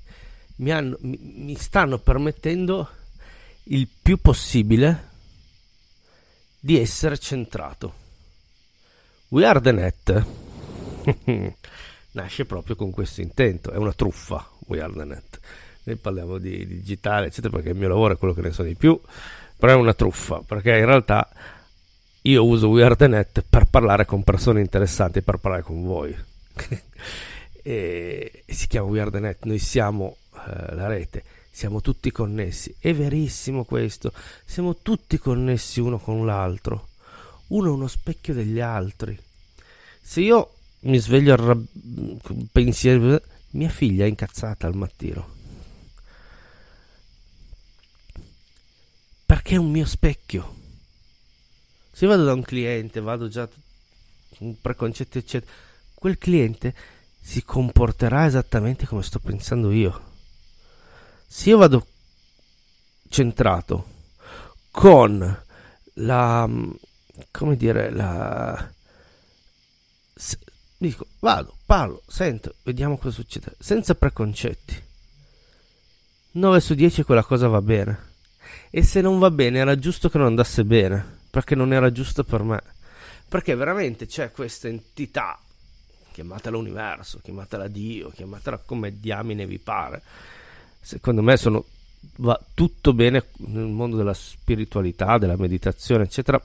mi stanno permettendo il più possibile di essere centrato. We Are The Net nasce proprio con questo intento, è una truffa. We Are The Net, noi parliamo di digitale eccetera perché il mio lavoro è quello che ne so di più, però è una truffa, perché in realtà io uso We Are The Net per parlare con persone interessanti, per parlare con voi. E si chiama We Are The Net, noi siamo la rete, siamo tutti connessi. È verissimo questo, siamo tutti connessi uno con l'altro, uno è uno specchio degli altri. Se io mi sveglio con pensieri, mia figlia è incazzata al mattino perché è un mio specchio. Se vado da un cliente, vado già un preconcetto eccetera, quel cliente si comporterà esattamente come sto pensando io. Se io vado centrato con dico, vado, parlo, sento, vediamo cosa succede, senza preconcetti, 9 su 10 quella cosa va bene. E se non va bene, era giusto che non andasse bene, perché non era giusto per me, perché veramente c'è questa entità, chiamatela universo, chiamatela Dio, chiamatela come diamine vi pare. Secondo me va tutto bene nel mondo della spiritualità, della meditazione eccetera,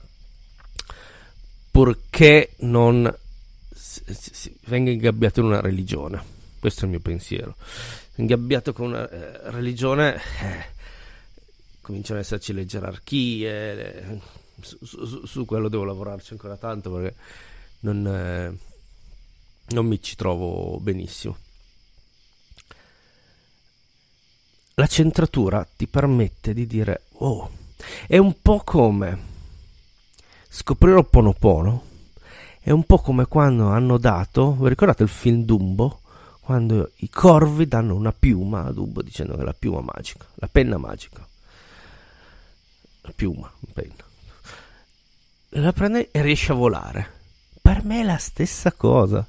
purché non si venga ingabbiato in una religione. Questo è il mio pensiero. Ingabbiato con una religione cominciano ad esserci le gerarchie, su quello devo lavorarci ancora tanto, perché non mi ci trovo benissimo. La centratura ti permette di dire è un po' come scoprire Ho'oponopono, è un po' come quando hanno dato, vi ricordate il film Dumbo, quando i corvi danno una piuma a Dumbo dicendo che è la piuma magica, la penna magica, la piuma, penna, la prende e riesce a volare. Per me è la stessa cosa,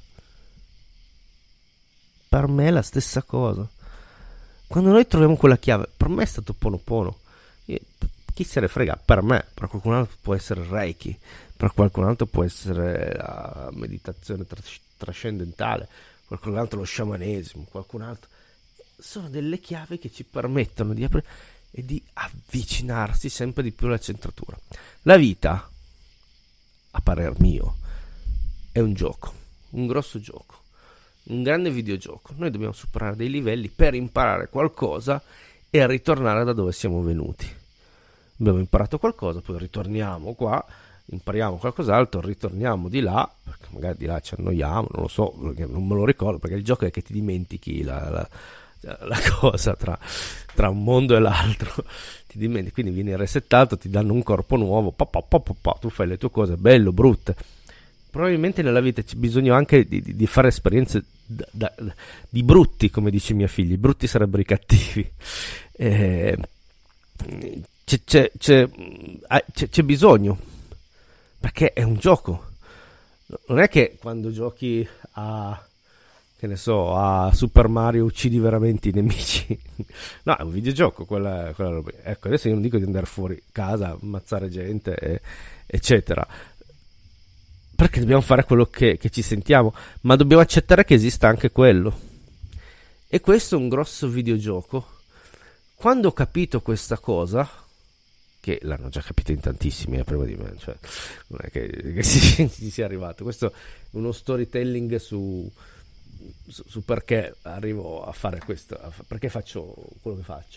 quando noi troviamo quella chiave. Per me è stato Ho'oponopono, chi se ne frega, per me, per qualcun altro può essere Reiki, per qualcun altro può essere la meditazione trascendentale, qualcun altro lo sciamanesimo, qualcun altro. Sono delle chiavi che ci permettono di aprire e di avvicinarsi sempre di più alla centratura. La vita, a parer mio, è un gioco, un grosso gioco, un grande videogioco. Noi dobbiamo superare dei livelli per imparare qualcosa e ritornare da dove siamo venuti. Abbiamo imparato qualcosa, poi ritorniamo qua, impariamo qualcos'altro, ritorniamo di là, perché magari di là ci annoiamo, non lo so, perché non me lo ricordo, perché il gioco è che ti dimentichi la cosa tra un mondo e l'altro, ti dimentichi, quindi vieni resettato, ti danno un corpo nuovo, tu fai le tue cose, bello, brutte, probabilmente nella vita c'è bisogno anche di fare esperienze di brutti, come dice mia figlia. I brutti sarebbero i cattivi. C'è bisogno, perché è un gioco. Non è che quando giochi a, che ne so, a Super Mario uccidi veramente i nemici. No, è un videogioco, quella roba. Ecco, adesso io non dico di andare fuori casa, ammazzare gente, eccetera, perché dobbiamo fare quello che ci sentiamo, ma dobbiamo accettare che esista anche quello. E questo è un grosso videogioco. Quando ho capito questa cosa, che l'hanno già capito in tantissimi prima di me, cioè non è che si sia arrivato, questo è uno storytelling su perché arrivo a fare questo, perché faccio quello che faccio.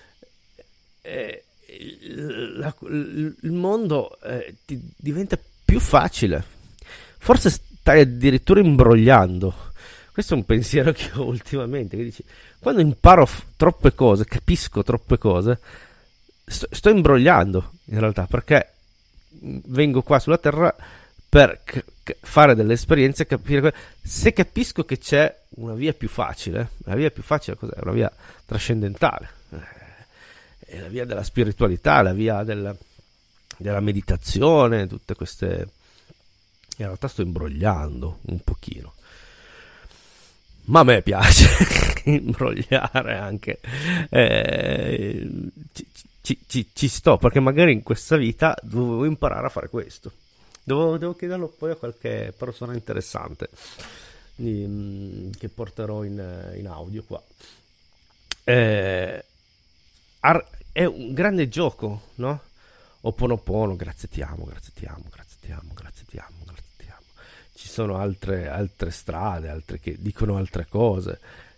Il mondo diventa più facile, forse stai addirittura imbrogliando. Questo è un pensiero che ho ultimamente, che dici, quando imparo troppe cose, capisco troppe cose, sto imbrogliando in realtà, perché vengo qua sulla terra per fare delle esperienze, capire. Se capisco che c'è una via più facile, la via più facile cos'è? Una via trascendentale, è la via della spiritualità, la via della meditazione, tutte queste. In realtà sto imbrogliando un pochino, ma a me piace imbrogliare anche. Ci sto, perché magari in questa vita dovevo imparare a fare questo. Devo chiederlo poi a qualche persona interessante che porterò in audio qua. È un grande gioco, no? Oponopono, grazie ti amo. Ci sono altre strade, altre che dicono altre cose.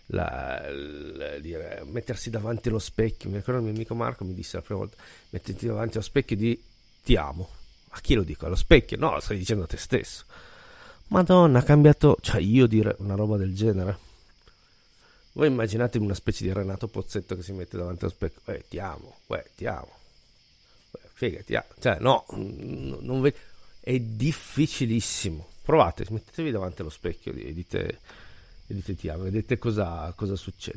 Dire, mettersi davanti allo specchio. Mi ricordo il mio amico Marco mi disse la prima volta: mettiti davanti allo specchio e di ti amo. A chi lo dico? Allo specchio? No, lo stai dicendo a te stesso. Madonna, ha cambiato. Cioè, io dire una roba del genere. Voi immaginate una specie di Renato Pozzetto che si mette davanti allo specchio: ti amo, ti amo, figa, ti amo. Cioè, no, non è difficilissimi. Provate, mettetevi davanti allo specchio e dite ti amo, vedete cosa succede.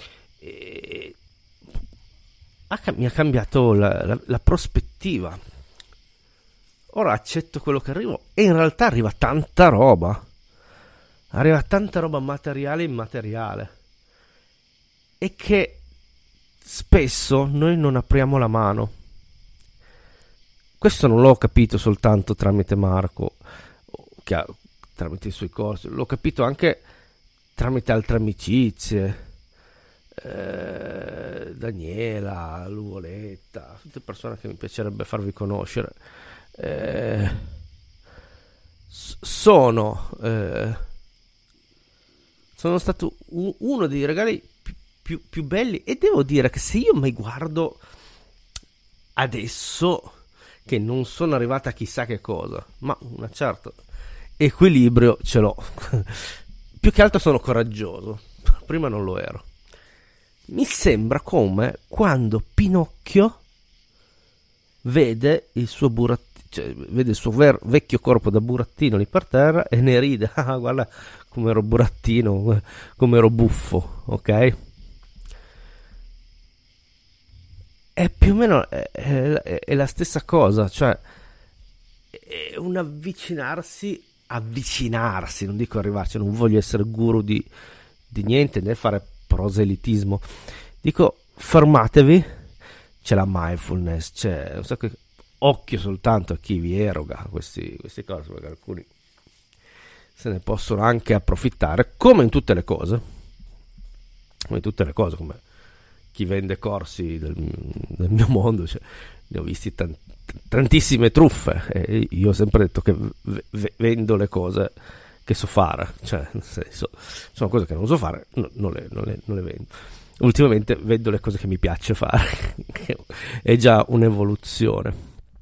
Mi ha cambiato la prospettiva. Ora accetto quello che arriva, e in realtà arriva tanta roba materiale e immateriale, e che spesso noi non apriamo la mano. Questo non l'ho capito soltanto tramite Marco, tramite i suoi corsi, l'ho capito anche tramite altre amicizie, Daniela, Luvoletta, tutte persone che mi piacerebbe farvi conoscere. Sono stato uno dei regali più belli, e devo dire che se io mi guardo adesso, che non sono arrivata a chissà che cosa, ma una certa equilibrio ce l'ho. Più che altro sono coraggioso, prima non lo ero. Mi sembra come quando Pinocchio vede il suo vede il suo vecchio corpo da burattino lì per terra e ne ride. Ah, guarda come ero burattino, come ero buffo, ok? È più o meno è la stessa cosa, cioè è un avvicinarsi, non dico arrivarci, non voglio essere guru di niente né fare proselitismo, dico fermatevi, c'è la mindfulness, c'è un sacco, occhio soltanto a chi vi eroga queste cose, perché alcuni se ne possono anche approfittare, come in tutte le cose, come chi vende corsi del mio mondo, cioè, ne ho visti tantissime truffe, e io ho sempre detto che vendo le cose che so fare, cioè nel senso, sono cose che non so fare, non le vendo. Ultimamente vedo le cose che mi piace fare, che è già un'evoluzione.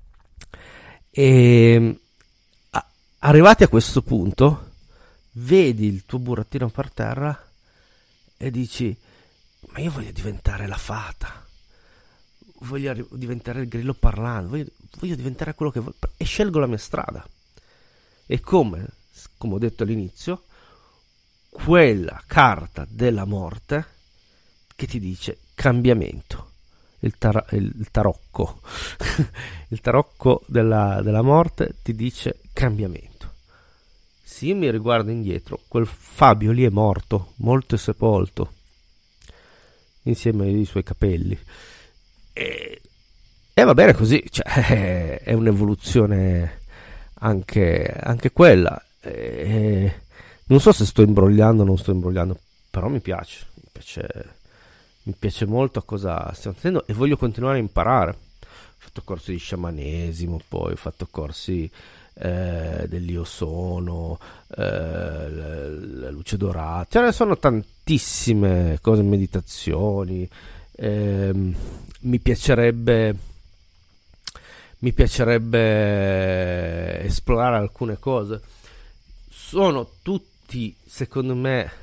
E arrivati a questo punto, vedi il tuo burattino per terra e dici: ma io voglio diventare la fata, voglio diventare il grillo parlante, voglio diventare quello che voglio, e scelgo la mia strada. è come ho detto all'inizio, quella carta della morte che ti dice cambiamento. Il tarocco il tarocco della morte ti dice cambiamento. Se io mi riguardo indietro, quel Fabio lì è morto, molto sepolto, insieme ai suoi capelli, e va bene così, cioè, è un'evoluzione anche quella. Non so se sto imbrogliando o non sto imbrogliando, però mi piace molto a cosa stiamo facendo e voglio continuare a imparare. Ho fatto corsi di sciamanesimo, poi ho fatto corsi dell'Io Sono, la luce dorata, ce ne sono tantissime cose, meditazioni. Mi piacerebbe esplorare alcune cose. Sono tutti, secondo me,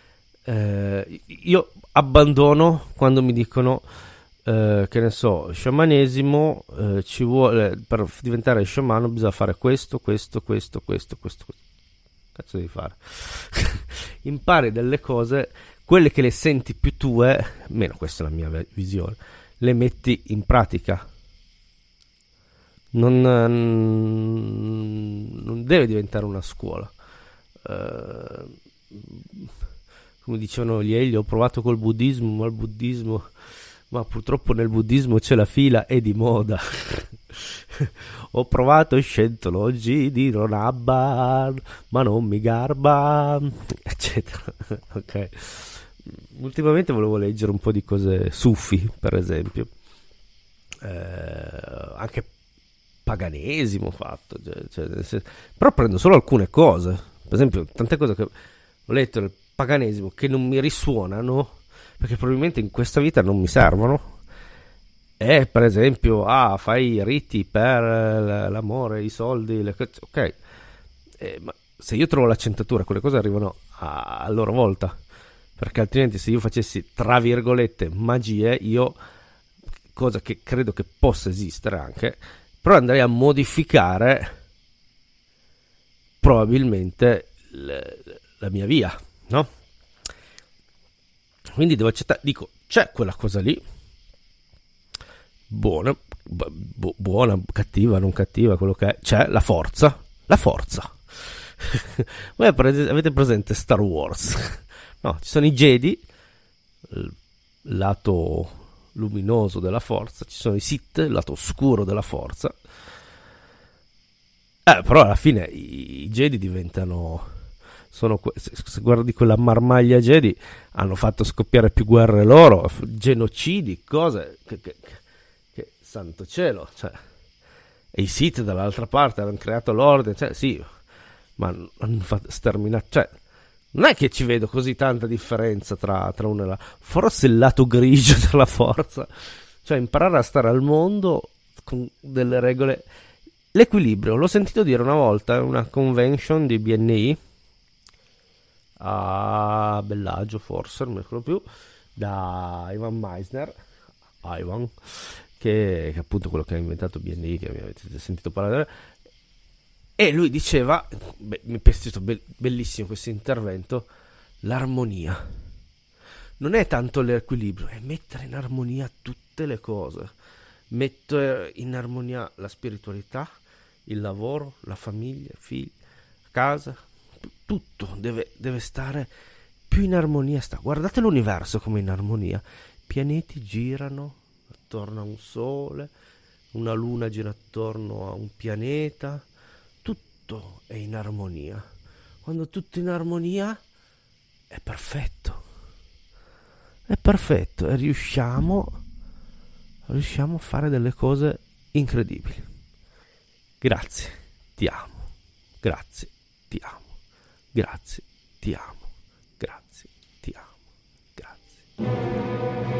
io abbandono quando mi dicono che ne so, sciamanesimo, ci vuole, per diventare sciamano bisogna fare questo. Cazzo devi fare? Impari delle cose, quelle che le senti più tue, meno, questa è la mia visione, le metti in pratica. Non deve diventare una scuola. Come dicevano gli Egli, ho provato col buddismo, ma purtroppo nel buddismo c'è la fila, è di moda. Ho provato Scientology di Ronabban, ma non mi garba, eccetera. Ok. Ultimamente volevo leggere un po' di cose sufi, per esempio, anche paganesimo fatto, però prendo solo alcune cose. Per esempio, tante cose che ho letto nel paganesimo che non mi risuonano, perché probabilmente in questa vita non mi servono. E per esempio, fai i riti per l'amore, i soldi, le cose, ok, ma se io trovo l'accentuatura, quelle cose arrivano a loro volta, perché altrimenti se io facessi tra virgolette magie, io, cosa che credo che possa esistere anche, però andrei a modificare probabilmente la mia via, no? Quindi devo accettare, dico, c'è quella cosa lì, buona, cattiva, non cattiva, quello che è, c'è la forza. Voi avete presente Star Wars? No, ci sono i Jedi, il lato luminoso della forza, ci sono i Sith, il lato oscuro della forza. Però alla fine i Jedi diventano, se guardi quella marmaglia Jedi, hanno fatto scoppiare più guerre loro, genocidi, cose che santo cielo, cioè. E i Sith dall'altra parte hanno creato l'ordine, cioè sì, ma hanno fatto sterminare, cioè non è che ci vedo così tanta differenza tra uno e l'altro. Forse il lato grigio della forza, cioè imparare a stare al mondo con delle regole, l'equilibrio. L'ho sentito dire una volta in una convention di BNI a Bellagio, forse non mi ricordo più, da Ivan Meisner, che è appunto quello che ha inventato BNI, che mi avete sentito parlare. E lui diceva, mi è piaciuto bellissimo questo intervento, l'armonia non è tanto l'equilibrio, è mettere in armonia tutte le cose, mettere in armonia la spiritualità, il lavoro, la famiglia, i figli, casa, tutto deve stare più in armonia. Guardate l'universo come in armonia, i pianeti girano attorno a un sole, una luna gira attorno a un pianeta, tutto è in armonia. Quando tutto è in armonia è perfetto e riusciamo a fare delle cose incredibili. Grazie, ti amo, grazie, ti amo, grazie, ti amo, grazie, ti amo, grazie.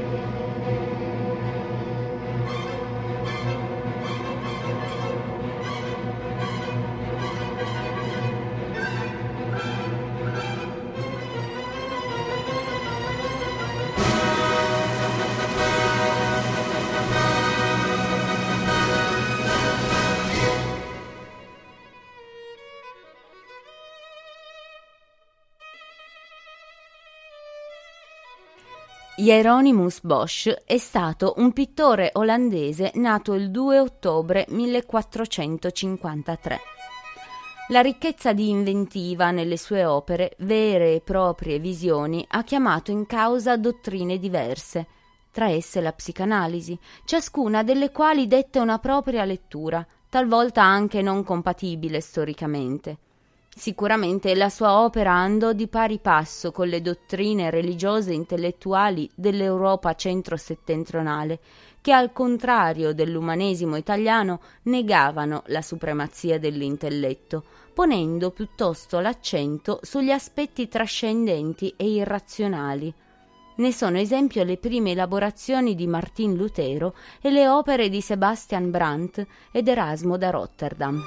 Hieronymus Bosch è stato un pittore olandese nato il 2 ottobre 1453. La ricchezza di inventiva nelle sue opere, vere e proprie visioni, ha chiamato in causa dottrine diverse, tra esse la psicanalisi, ciascuna delle quali dette una propria lettura, talvolta anche non compatibile storicamente. Sicuramente la sua opera andò di pari passo con le dottrine religiose e intellettuali dell'Europa centro-settentrionale, che al contrario dell'umanesimo italiano negavano la supremazia dell'intelletto, ponendo piuttosto l'accento sugli aspetti trascendenti e irrazionali. Ne sono esempio le prime elaborazioni di Martin Lutero e le opere di Sebastian Brandt ed Erasmo da Rotterdam.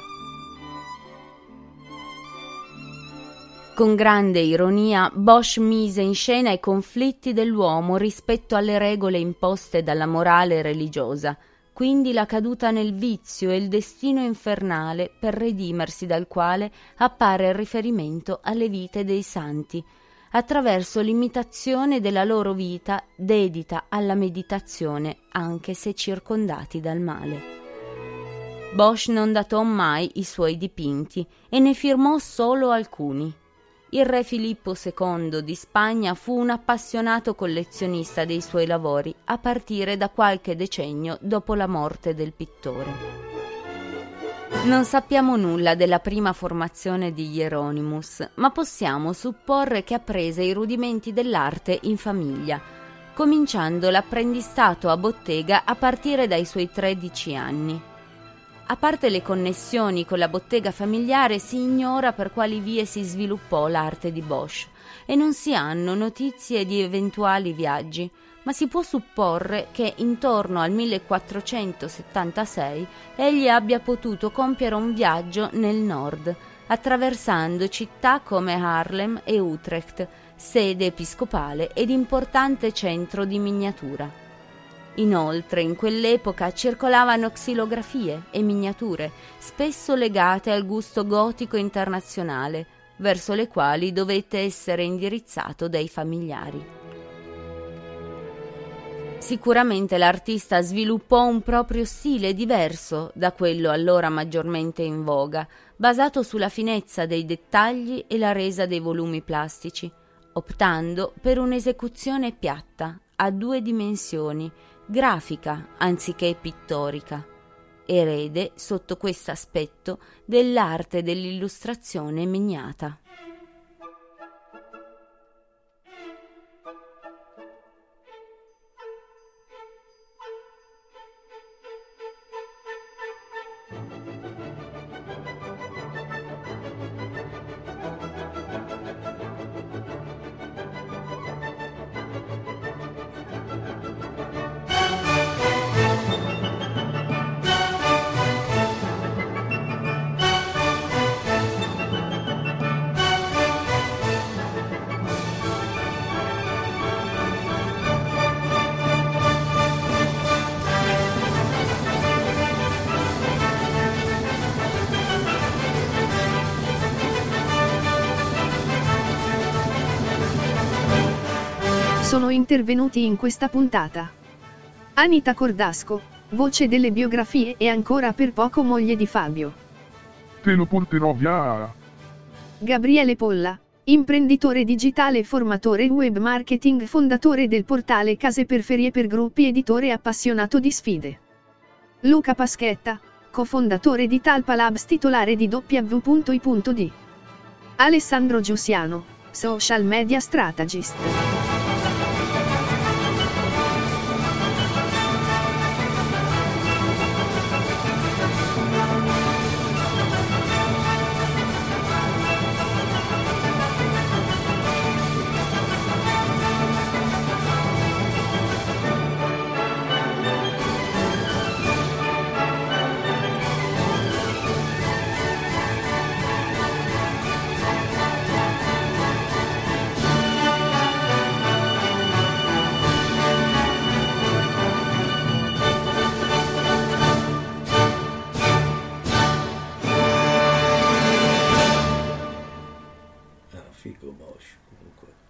Con grande ironia, Bosch mise in scena i conflitti dell'uomo rispetto alle regole imposte dalla morale religiosa, quindi la caduta nel vizio e il destino infernale per redimersi dal quale appare il riferimento alle vite dei santi, attraverso l'imitazione della loro vita dedita alla meditazione anche se circondati dal male. Bosch non datò mai i suoi dipinti e ne firmò solo alcuni. Il re Filippo II di Spagna fu un appassionato collezionista dei suoi lavori a partire da qualche decennio dopo la morte del pittore. Non sappiamo nulla della prima formazione di Hieronymus, ma possiamo supporre che apprese i rudimenti dell'arte in famiglia, cominciando l'apprendistato a bottega a partire dai suoi 13 anni. A parte le connessioni con la bottega familiare, si ignora per quali vie si sviluppò l'arte di Bosch e non si hanno notizie di eventuali viaggi, ma si può supporre che intorno al 1476 egli abbia potuto compiere un viaggio nel nord, attraversando città come Haarlem e Utrecht, sede episcopale ed importante centro di miniatura. Inoltre, in quell'epoca circolavano xilografie e miniature, spesso legate al gusto gotico internazionale, verso le quali dovette essere indirizzato dai familiari. Sicuramente l'artista sviluppò un proprio stile diverso da quello allora maggiormente in voga, basato sulla finezza dei dettagli e la resa dei volumi plastici, optando per un'esecuzione piatta, a 2 dimensioni, grafica anziché pittorica, erede sotto questo aspetto dell'arte dell'illustrazione miniata. Sono intervenuti in questa puntata Anita Cordasco, voce delle biografie e ancora per poco moglie di Fabio. Te lo porterò via. Gabriele Polla, imprenditore digitale, formatore web marketing, fondatore del portale Case per Ferie per Gruppi, editore appassionato di sfide. Luca Paschetta, cofondatore di Talpa Labs, titolare di w.i.d. Alessandro Giussiano, social media strategist.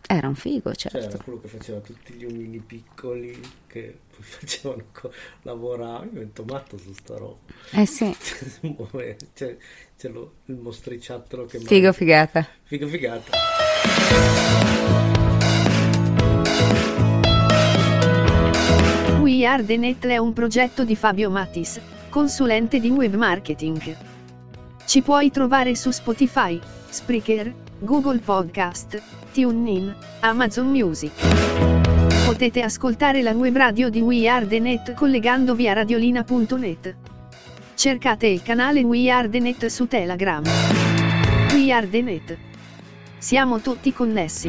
Era un figo, certo. C'era quello che faceva tutti gli omini piccoli che poi facevano lavorare. Io divento matto su sta roba. Sì. c'è il mostriciattolo che figo figata. Figo figata. We Are The Net è un progetto di Fabio Mattis, consulente di web marketing. Ci puoi trovare su Spotify, Spreaker, Google Podcast, TuneIn, Amazon Music. Potete ascoltare la web radio di We Are The Net collegandovi a radiolina.net. Cercate il canale We Are The Net su Telegram. We Are The Net. Siamo tutti connessi.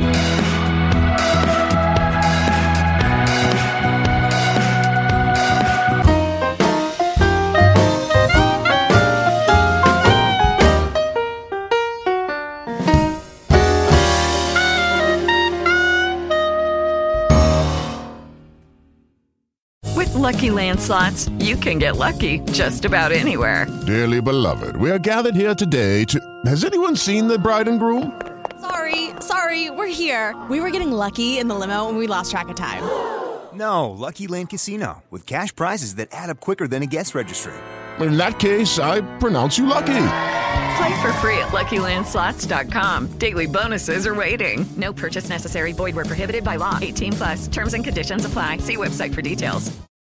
Lucky Land Slots, you can get lucky just about anywhere. Dearly beloved, we are gathered here today to... Has anyone seen the bride and groom? Sorry, we're here. We were getting lucky in the limo and we lost track of time. No, Lucky Land Casino, with cash prizes that add up quicker than a guest registry. In that case, I pronounce you lucky. Play for free at LuckyLandSlots.com. Daily bonuses are waiting. No purchase necessary. Void where prohibited by law. 18+. Terms and conditions apply. See website for details.